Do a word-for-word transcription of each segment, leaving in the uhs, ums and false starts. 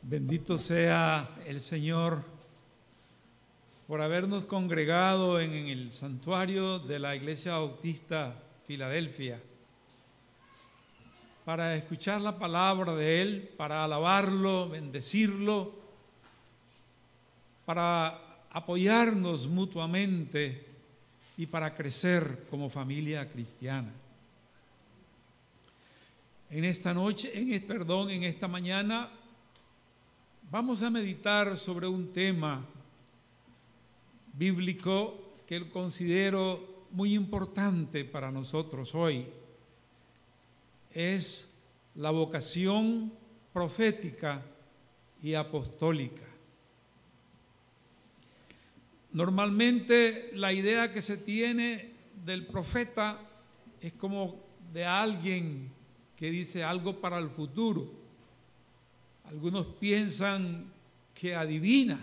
Bendito sea el Señor por habernos congregado en el santuario de la Iglesia Bautista Filadelfia para escuchar la palabra de Él, para alabarlo, bendecirlo, para apoyarnos mutuamente y para crecer como familia cristiana. En esta noche, en, perdón, en esta mañana, vamos a meditar sobre un tema bíblico que considero muy importante para nosotros hoy. Es la vocación profética y apostólica. Normalmente la idea que se tiene del profeta es como de alguien que dice algo para el futuro. Algunos piensan que adivina,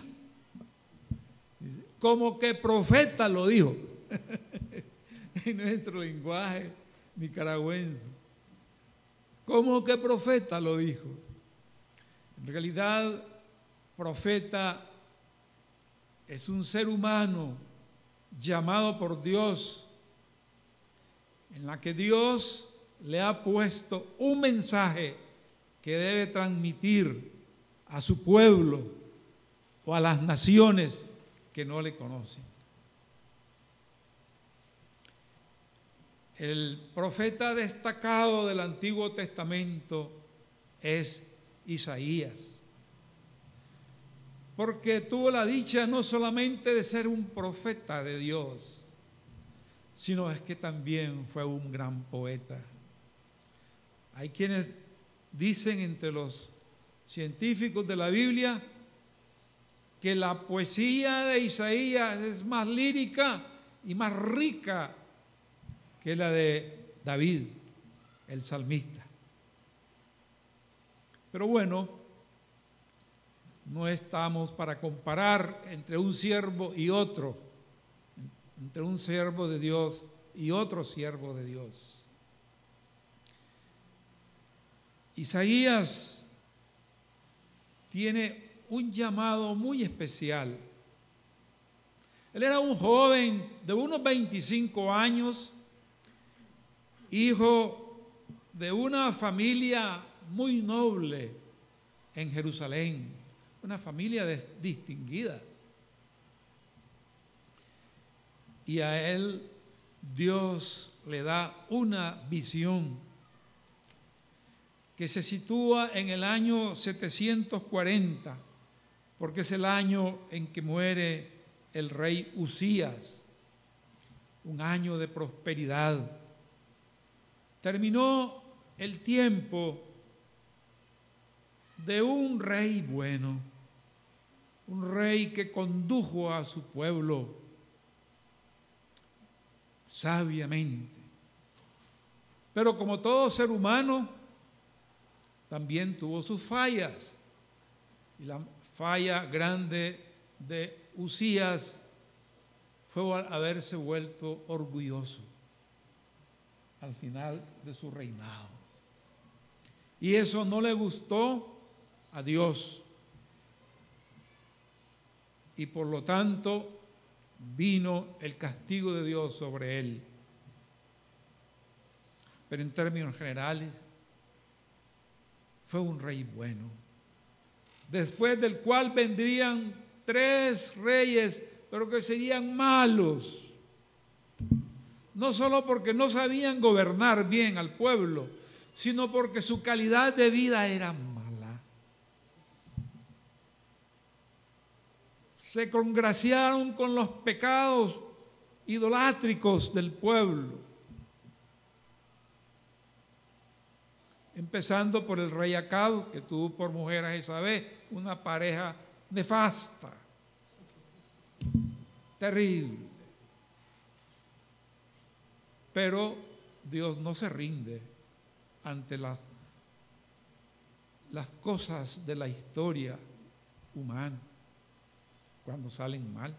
como que profeta lo dijo en nuestro lenguaje nicaragüense. Como que profeta lo dijo. En realidad, profeta es un ser humano llamado por Dios, en la que Dios le ha puesto un mensaje que debe transmitir a su pueblo o a las naciones que no le conocen. El profeta destacado del Antiguo Testamento es Isaías, porque tuvo la dicha no solamente de ser un profeta de Dios, sino es que también fue un gran poeta. Hay quienes dicen entre los científicos de la Biblia que la poesía de Isaías es más lírica y más rica que la de David, el salmista. Pero bueno, no estamos para comparar entre un siervo y otro, entre un siervo de Dios y otro siervo de Dios. Isaías tiene un llamado muy especial. Él era un joven de unos veinticinco años, hijo de una familia muy noble en Jerusalén, una familia distinguida. Y a él Dios le da una visión que se sitúa en el año setecientos cuarenta, porque es el año en que muere el rey Usías, un año de prosperidad. Terminó el tiempo de un rey bueno, un rey que condujo a su pueblo sabiamente. Pero como todo ser humano, también tuvo sus fallas. Y la falla grande de Usías fue haberse vuelto orgulloso al final de su reinado. Y eso no le gustó a Dios. Y por lo tanto vino el castigo de Dios sobre él. Pero en términos generales, fue un rey bueno, después del cual vendrían tres reyes, pero que serían malos, no solo porque no sabían gobernar bien al pueblo, sino porque su calidad de vida era mala. Se congraciaron con los pecados idolátricos del pueblo, empezando por el rey Acab, que tuvo por mujer a Jezabel, una pareja nefasta, terrible. Pero Dios no se rinde ante las, las cosas de la historia humana cuando salen mal.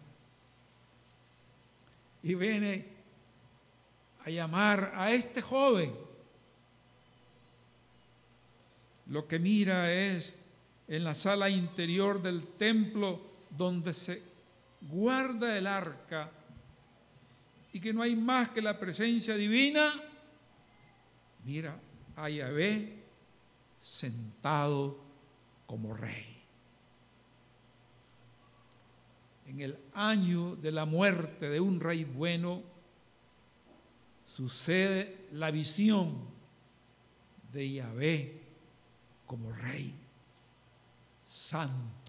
Y viene a llamar a este joven. Lo que mira es en la sala interior del templo donde se guarda el arca y que no hay más que la presencia divina, mira a Yahvé sentado como rey. En el año de la muerte de un rey bueno, sucede la visión de Yahvé como rey santo.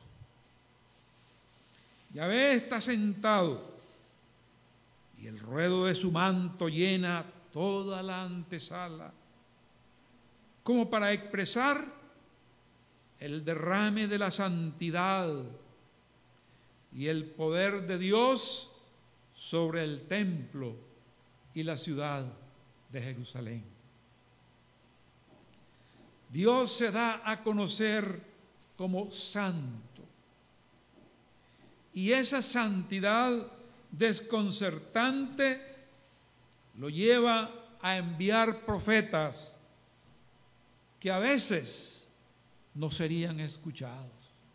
Yahvé está sentado y el ruedo de su manto llena toda la antesala, como para expresar el derrame de la santidad y el poder de Dios sobre el templo y la ciudad de Jerusalén. Dios se da a conocer como santo, y esa santidad desconcertante lo lleva a enviar profetas que a veces no serían escuchados.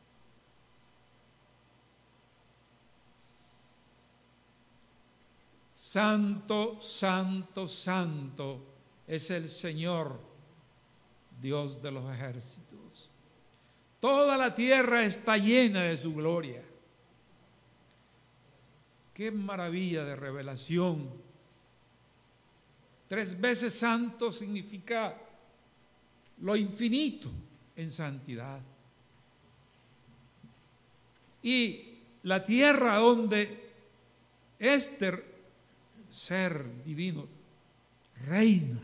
Santo, santo, santo es el Señor, Dios de los ejércitos. Toda la tierra está llena de su gloria. Qué maravilla de revelación. Tres veces santo significa lo infinito en santidad. Y la tierra donde este ser divino reina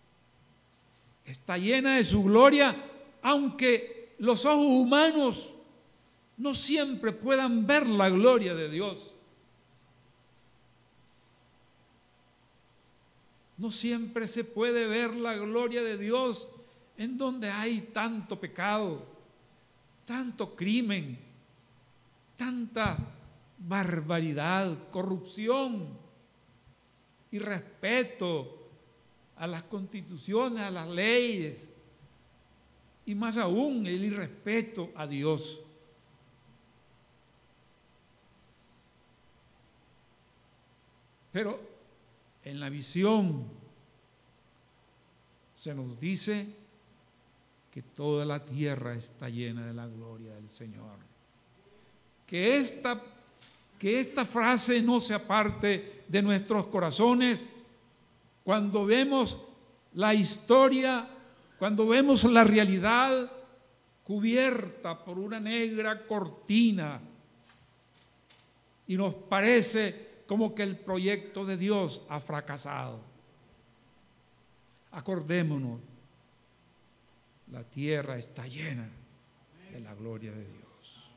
está llena de su gloria, aunque los ojos humanos no siempre puedan ver la gloria de Dios. No siempre se puede ver la gloria de Dios en donde hay tanto pecado, tanto crimen, tanta barbaridad, corrupción, irrespeto a las constituciones, a las leyes, y más aún el irrespeto a Dios. Pero en la visión se nos dice que toda la tierra está llena de la gloria del Señor. Que esta, que esta frase no se aparte de nuestros corazones cuando vemos la historia, cuando vemos la realidad cubierta por una negra cortina y nos parece como que el proyecto de Dios ha fracasado. Acordémonos, la tierra está llena de la gloria de Dios.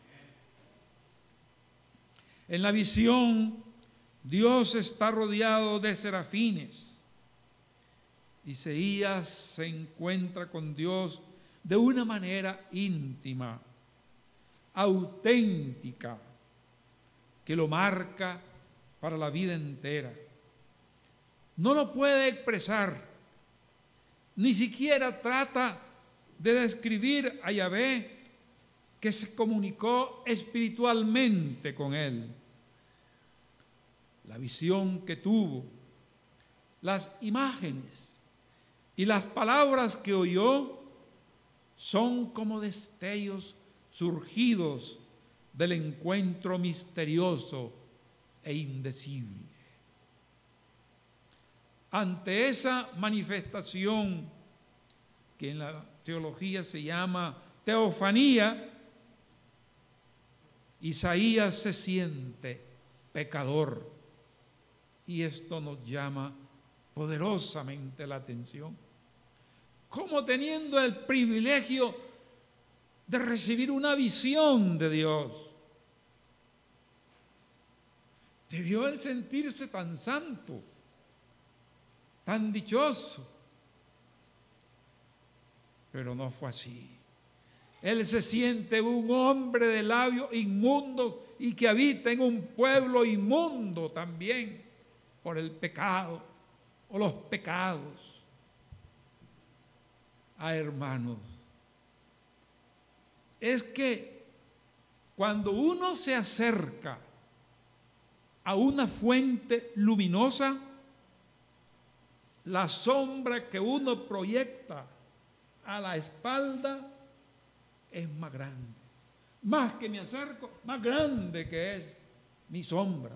En la visión, Dios está rodeado de serafines. Isaías se encuentra con Dios de una manera íntima, auténtica, que lo marca para la vida entera. No lo puede expresar, ni siquiera trata de describir a Yahvé, que se comunicó espiritualmente con él. La visión que tuvo, las imágenes y las palabras que oyó son como destellos surgidos del encuentro misterioso e indecible. Ante esa manifestación que en la teología se llama teofanía, Isaías se siente pecador, y esto nos llama poderosamente la atención. Como teniendo el privilegio de recibir una visión de Dios, debió él sentirse tan santo, tan dichoso, pero no fue así. Él se siente un hombre de labios inmundos y que habita en un pueblo inmundo también por el pecado o los pecados. Ah, hermanos, es que cuando uno se acerca a una fuente luminosa, la sombra que uno proyecta a la espalda es más grande. Más que me acerco, más grande que es mi sombra.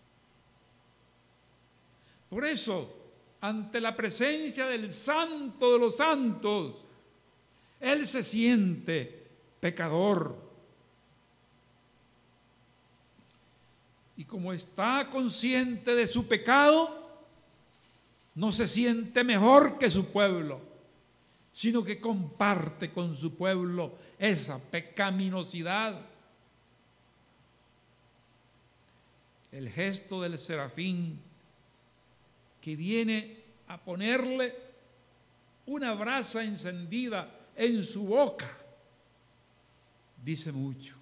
Por eso, ante la presencia del Santo de los Santos, él se siente pecador. Y como está consciente de su pecado, no se siente mejor que su pueblo, sino que comparte con su pueblo esa pecaminosidad. El gesto del serafín que viene a ponerle una brasa encendida en su boca, dice mucho.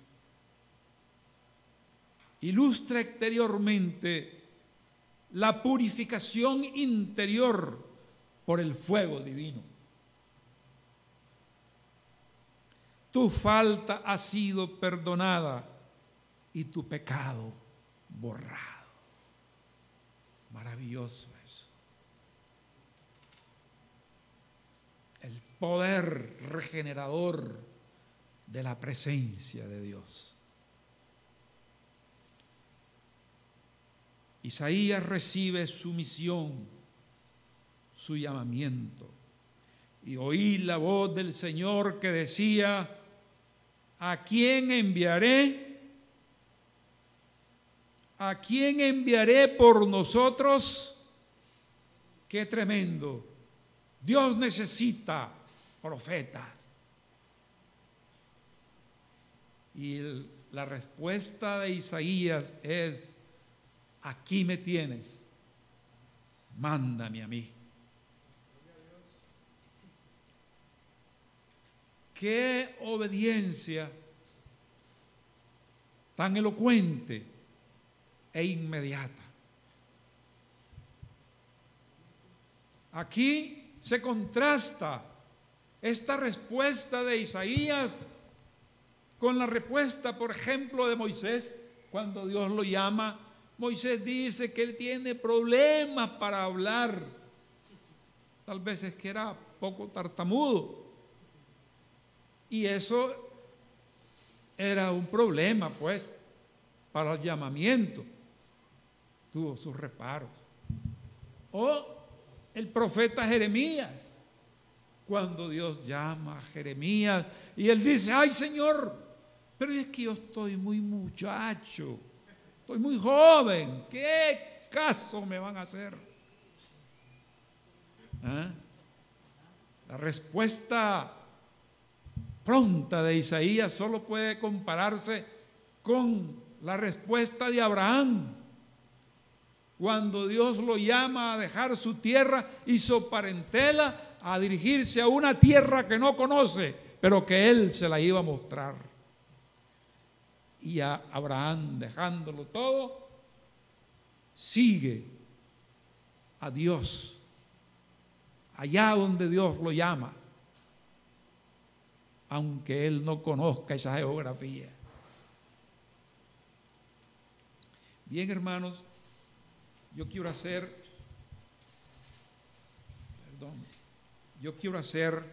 Ilustra exteriormente la purificación interior por el fuego divino. Tu falta ha sido perdonada y tu pecado borrado. Maravilloso eso. El poder regenerador de la presencia de Dios. Isaías recibe su misión, su llamamiento, y oí la voz del Señor que decía: ¿a quién enviaré? ¿A quién enviaré por nosotros? ¡Qué tremendo! Dios necesita profetas. Y el, la respuesta de Isaías es: aquí me tienes, mándame a mí. Qué obediencia tan elocuente e inmediata. Aquí se contrasta esta respuesta de Isaías con la respuesta, por ejemplo, de Moisés cuando Dios lo llama. Moisés dice que él tiene problemas para hablar. Tal vez es que era poco tartamudo. Y eso era un problema, pues, para el llamamiento. Tuvo sus reparos. O el profeta Jeremías, cuando Dios llama a Jeremías y él dice: ay, Señor, pero es que yo estoy muy muchacho. Soy muy joven, ¿qué caso me van a hacer? ¿Ah? La respuesta pronta de Isaías solo puede compararse con la respuesta de Abraham, cuando Dios lo llama a dejar su tierra y su parentela, a dirigirse a una tierra que no conoce, pero que él se la iba a mostrar. Y a Abraham, dejándolo todo, sigue a Dios, allá donde Dios lo llama, aunque él no conozca esa geografía. Bien, hermanos, yo quiero hacer, perdón, yo quiero hacer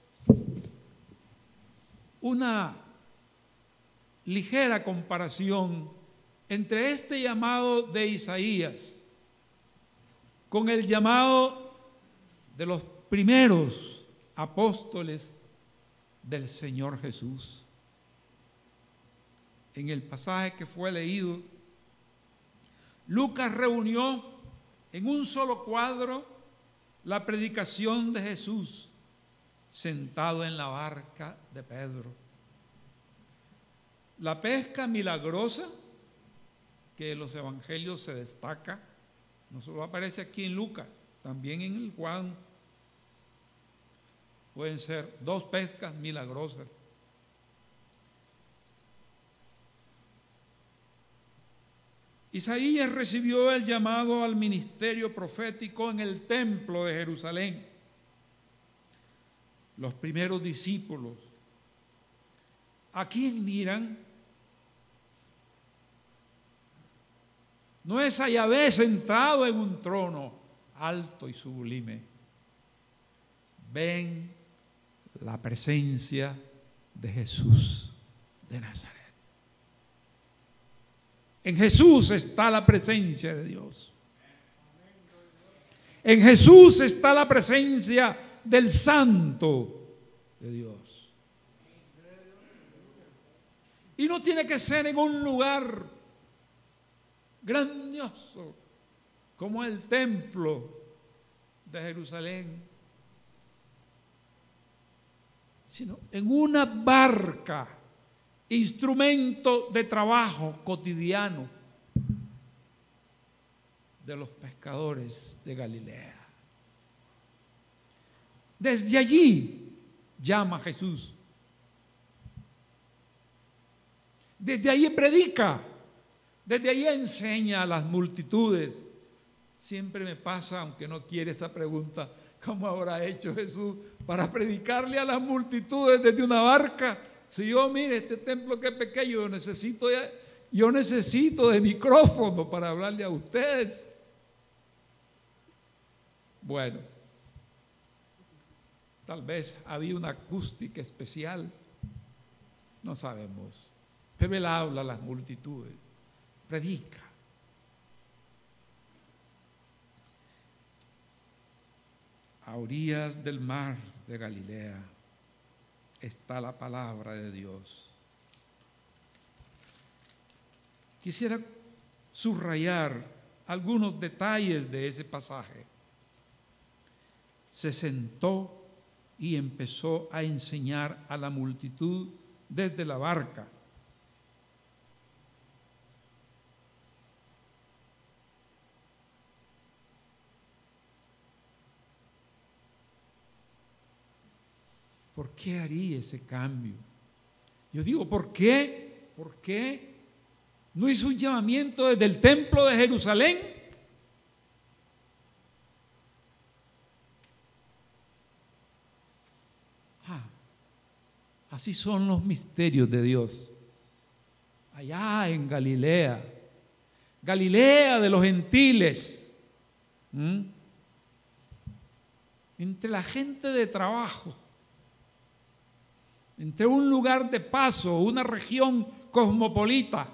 una ligera comparación entre este llamado de Isaías con el llamado de los primeros apóstoles del Señor Jesús. En el pasaje que fue leído, Lucas reunió en un solo cuadro la predicación de Jesús sentado en la barca de Pedro. La pesca milagrosa, que en los evangelios se destaca, no solo aparece aquí en Lucas, también en el Juan. Pueden ser dos pescas milagrosas. Isaías recibió el llamado al ministerio profético en el templo de Jerusalén. Los primeros discípulos ¿A quién miran? No es a Yahvé sentado en un trono alto y sublime. Ven la presencia de Jesús de Nazaret. En Jesús está la presencia de Dios. En Jesús está la presencia del Santo de Dios. Y no tiene que ser en un lugar grandioso como el templo de Jerusalén, sino en una barca, instrumento de trabajo cotidiano de los pescadores de Galilea. Desde allí llama a Jesús. Desde allí predica. Desde allí enseña a las multitudes. Siempre me pasa, aunque no quiere esa pregunta, ¿cómo habrá hecho Jesús para predicarle a las multitudes desde una barca? Si yo, mire, este templo que es pequeño, yo necesito, yo necesito de micrófono para hablarle a ustedes. Bueno, tal vez había una acústica especial, no sabemos, pero él habla a las multitudes, predica. A orillas del mar de Galilea está la palabra de Dios. Quisiera subrayar algunos detalles de ese pasaje. Se sentó y empezó a enseñar a la multitud desde la barca. ¿Por qué haría ese cambio? Yo digo, ¿por qué? ¿Por qué no hizo un llamamiento desde el templo de Jerusalén? Ah, así son los misterios de Dios. Allá en Galilea, Galilea de los gentiles, ¿Mm? entre la gente de trabajo, entre un lugar de paso, una región cosmopolita.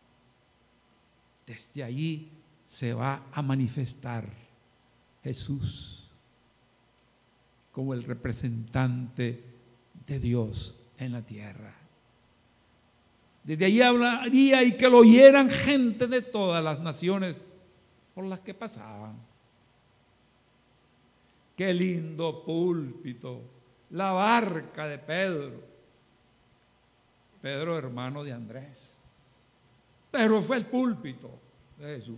Desde allí se va a manifestar Jesús como el representante de Dios en la tierra. Desde allí hablaría y que lo oyeran gente de todas las naciones por las que pasaban. Qué lindo púlpito, la barca de Pedro. Pedro, hermano de Andrés. Pero fue el púlpito de Jesús.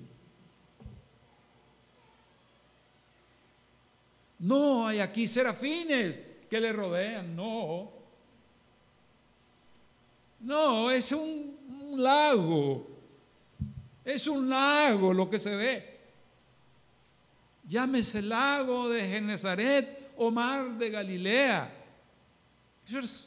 No hay aquí serafines que le rodean, no. No, es un, un lago. Es un lago lo que se ve. Llámese lago de Genesaret o mar de Galilea. Eso es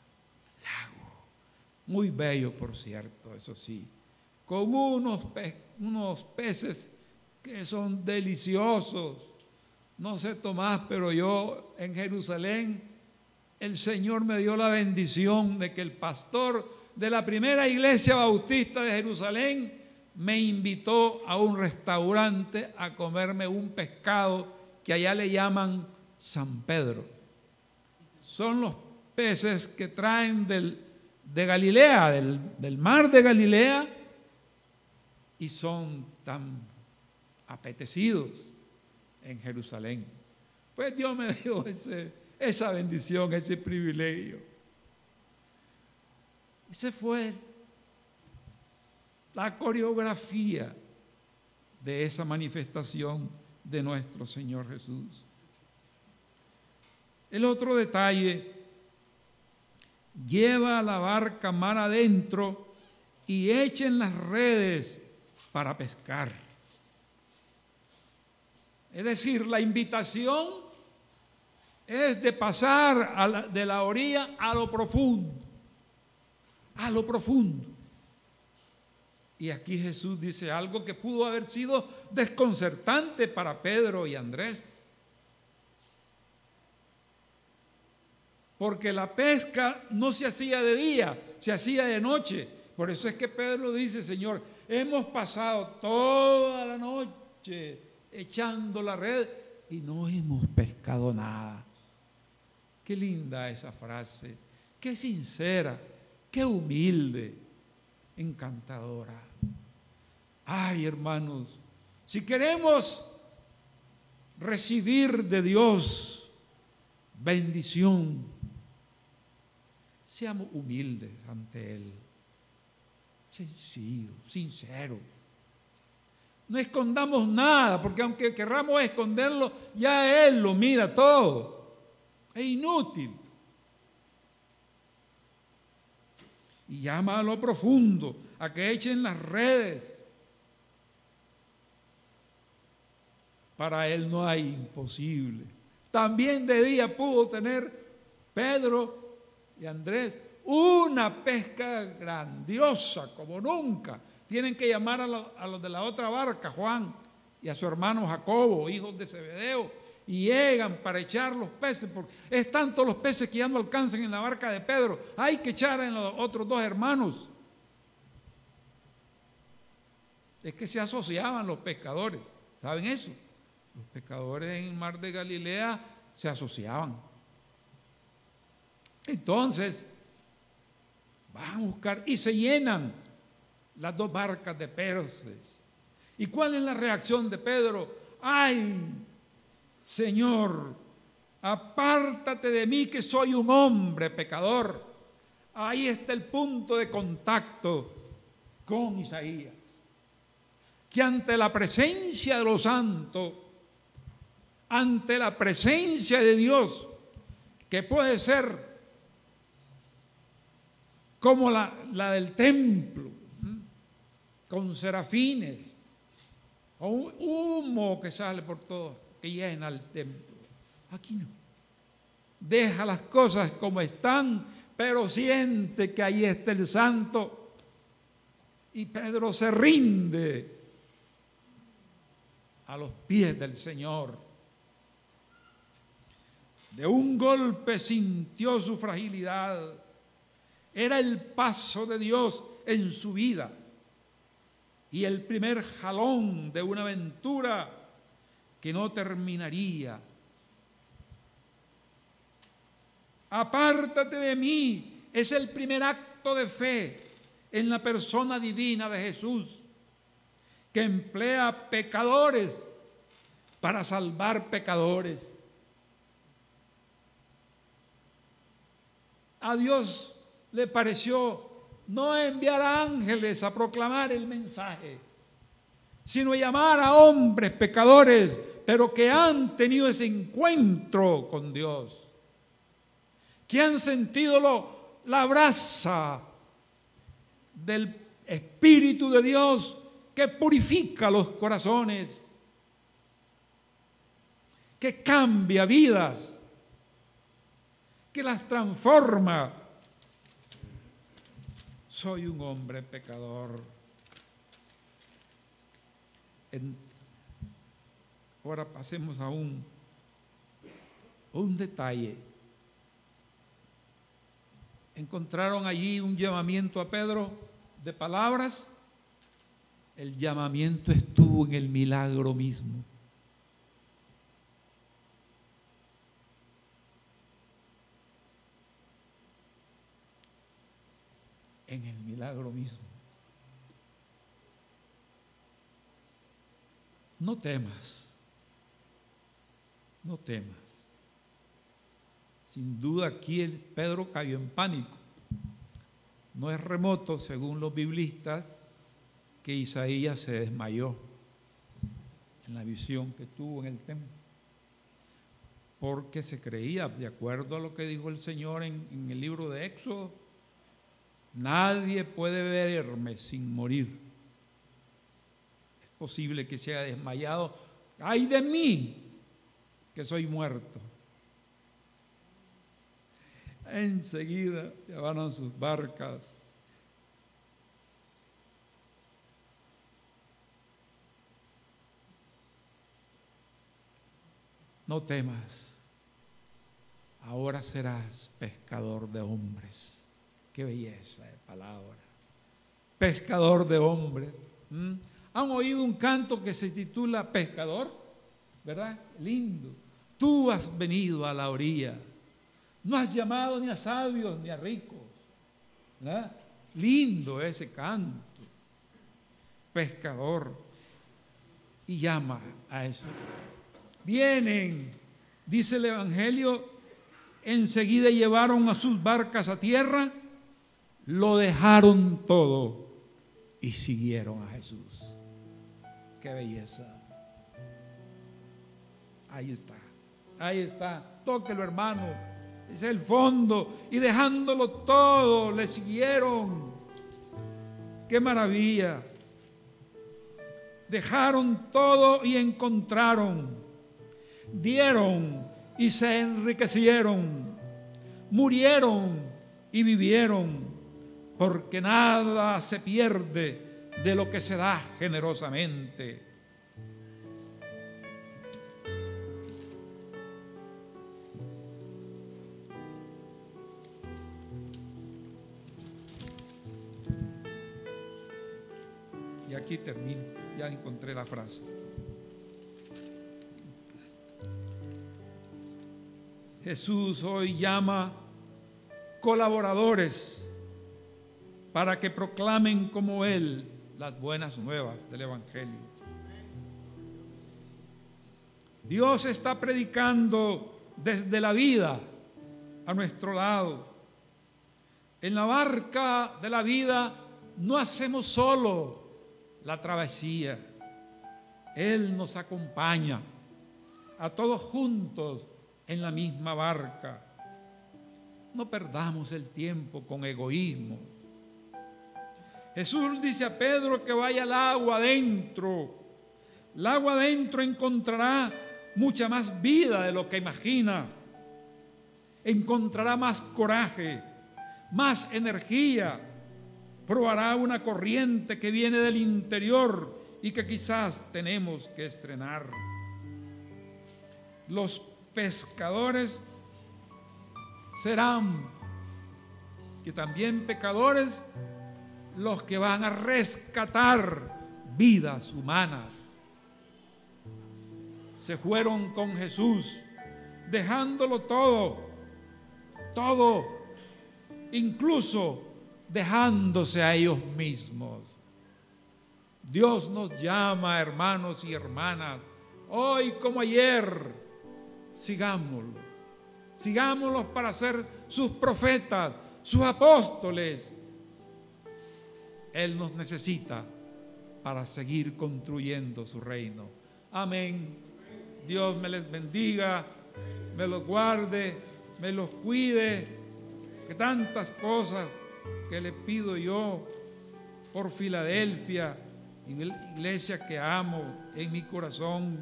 muy bello, por cierto, eso sí, con unos, pe unos peces que son deliciosos. No sé Tomás, pero yo en Jerusalén, el Señor me dio la bendición de que el pastor de la primera iglesia bautista de Jerusalén me invitó a un restaurante a comerme un pescado que allá le llaman San Pedro. Son los peces que traen del de Galilea, del, del mar de Galilea, y son tan apetecidos en Jerusalén. Pues Dios me dio ese, esa bendición, ese privilegio. Esa fue la coreografía de esa manifestación de nuestro Señor Jesús. El otro detalle: lleva la barca mar adentro y echen las redes para pescar. Es decir, la invitación es de pasar a la, de la orilla a lo profundo. a lo profundo. Y aquí Jesús dice algo que pudo haber sido desconcertante para Pedro y Andrés. Porque la pesca no se hacía de día, se hacía de noche. Por eso es que Pedro dice, Señor, hemos pasado toda la noche echando la red y no hemos pescado nada. Qué linda esa frase, qué sincera, qué humilde, encantadora. Ay, hermanos, si queremos recibir de Dios bendición, seamos humildes ante Él, sencillos, sinceros. No escondamos nada, porque aunque querramos esconderlo, ya Él lo mira todo. Es inútil. Y llama a lo profundo, a que echen las redes. Para Él no hay imposible. También de día pudo tener Pedro y Andrés una pesca grandiosa como nunca. Tienen que llamar a, lo, a los de la otra barca, Juan y a su hermano Jacobo, hijos de Zebedeo, y llegan para echar los peces, porque es tanto los peces que ya no alcanzan en la barca de Pedro, hay que echar en los otros dos hermanos. Es que se asociaban los pescadores, ¿saben eso? Los pescadores en el mar de Galilea se asociaban. Entonces, van a buscar y se llenan las dos barcas de peces. ¿Y cuál es la reacción de Pedro? ¡Ay, Señor, apártate de mí que soy un hombre pecador! Ahí está el punto de contacto con Isaías, que ante la presencia de los santos, ante la presencia de Dios, que puede ser como la, la del templo, ¿eh? Con serafines, o un humo que sale por todo, que llena el templo. Aquí no. Deja las cosas como están, pero siente que ahí está el santo. Y Pedro se rinde a los pies del Señor. De un golpe sintió su fragilidad. Era el paso de Dios en su vida y el primer jalón de una aventura que no terminaría. Apártate de mí es el primer acto de fe en la persona divina de Jesús, que emplea pecadores para salvar pecadores. A Dios le pareció no enviar ángeles a proclamar el mensaje, sino llamar a hombres pecadores, pero que han tenido ese encuentro con Dios, que han sentido lo, la brasa del Espíritu de Dios que purifica los corazones, que cambia vidas, que las transforma. Soy un hombre pecador. En, ahora pasemos a un, un detalle. Encontraron allí un llamamiento a Pedro de palabras. El llamamiento estuvo en el milagro mismo. En el milagro mismo. No temas, no temas. Sin duda aquí el Pedro cayó en pánico. No es remoto, según los biblistas, que Isaías se desmayó en la visión que tuvo en el templo, porque se creía, de acuerdo a lo que dijo el Señor en, en el libro de Éxodo, nadie puede verme sin morir. Es posible que se haya desmayado. ¡Ay de mí, que soy muerto! Enseguida llevaron sus barcas no temas, ahora serás pescador de hombres. Qué belleza de palabra. Pescador de hombres. ¿Mm? ¿Han oído un canto que se titula Pescador? ¿Verdad? Lindo. Tú has venido a la orilla. No has llamado ni a sabios ni a ricos. ¿Verdad? Lindo ese canto. Pescador. Y llama a eso. Vienen, dice el Evangelio, enseguida llevaron a sus barcas a tierra, lo dejaron todo y siguieron a Jesús. Qué belleza. Ahí está, ahí está, tóquelo, hermano. Es el fondo, y dejándolo todo, le siguieron. Qué maravilla. Dejaron todo y encontraron. Dieron y se enriquecieron. Murieron y vivieron, porque nada se pierde de lo que se da generosamente. Y aquí termino, ya encontré la frase. Jesús hoy llama colaboradores para que proclamen como Él las buenas nuevas del Evangelio. Dios está predicando desde la vida a nuestro lado. En la barca de la vida no hacemos solo la travesía. Él nos acompaña a todos juntos en la misma barca. No perdamos el tiempo con egoísmo. Jesús dice a Pedro que vaya al agua adentro. El agua adentro encontrará mucha más vida de lo que imagina. Encontrará más coraje, más energía. Probará una corriente que viene del interior y que quizás tenemos que estrenar. Los pescadores serán, que también pecadores, los que van a rescatar vidas humanas. Se fueron con Jesús, dejándolo todo, todo, incluso dejándose a ellos mismos. Dios nos llama, hermanos y hermanas, hoy como ayer, sigámoslo, sigámoslos para ser sus profetas, sus apóstoles. Él nos necesita para seguir construyendo su reino. Amén. Dios me les bendiga, me los guarde, me los cuide, que tantas cosas que le pido yo por Filadelfia, iglesia que amo en mi corazón.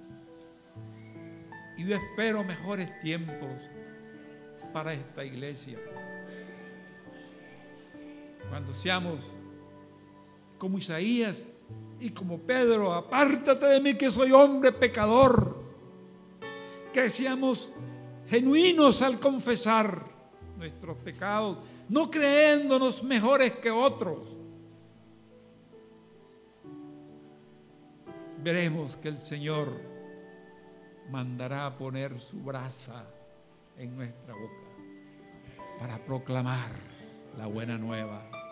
Y yo espero mejores tiempos para esta iglesia. Cuando seamos como Isaías y como Pedro, apártate de mí que soy hombre pecador. Que seamos genuinos al confesar nuestros pecados, no creyéndonos mejores que otros. Veremos que el Señor mandará a poner su brasa en nuestra boca para proclamar la buena nueva.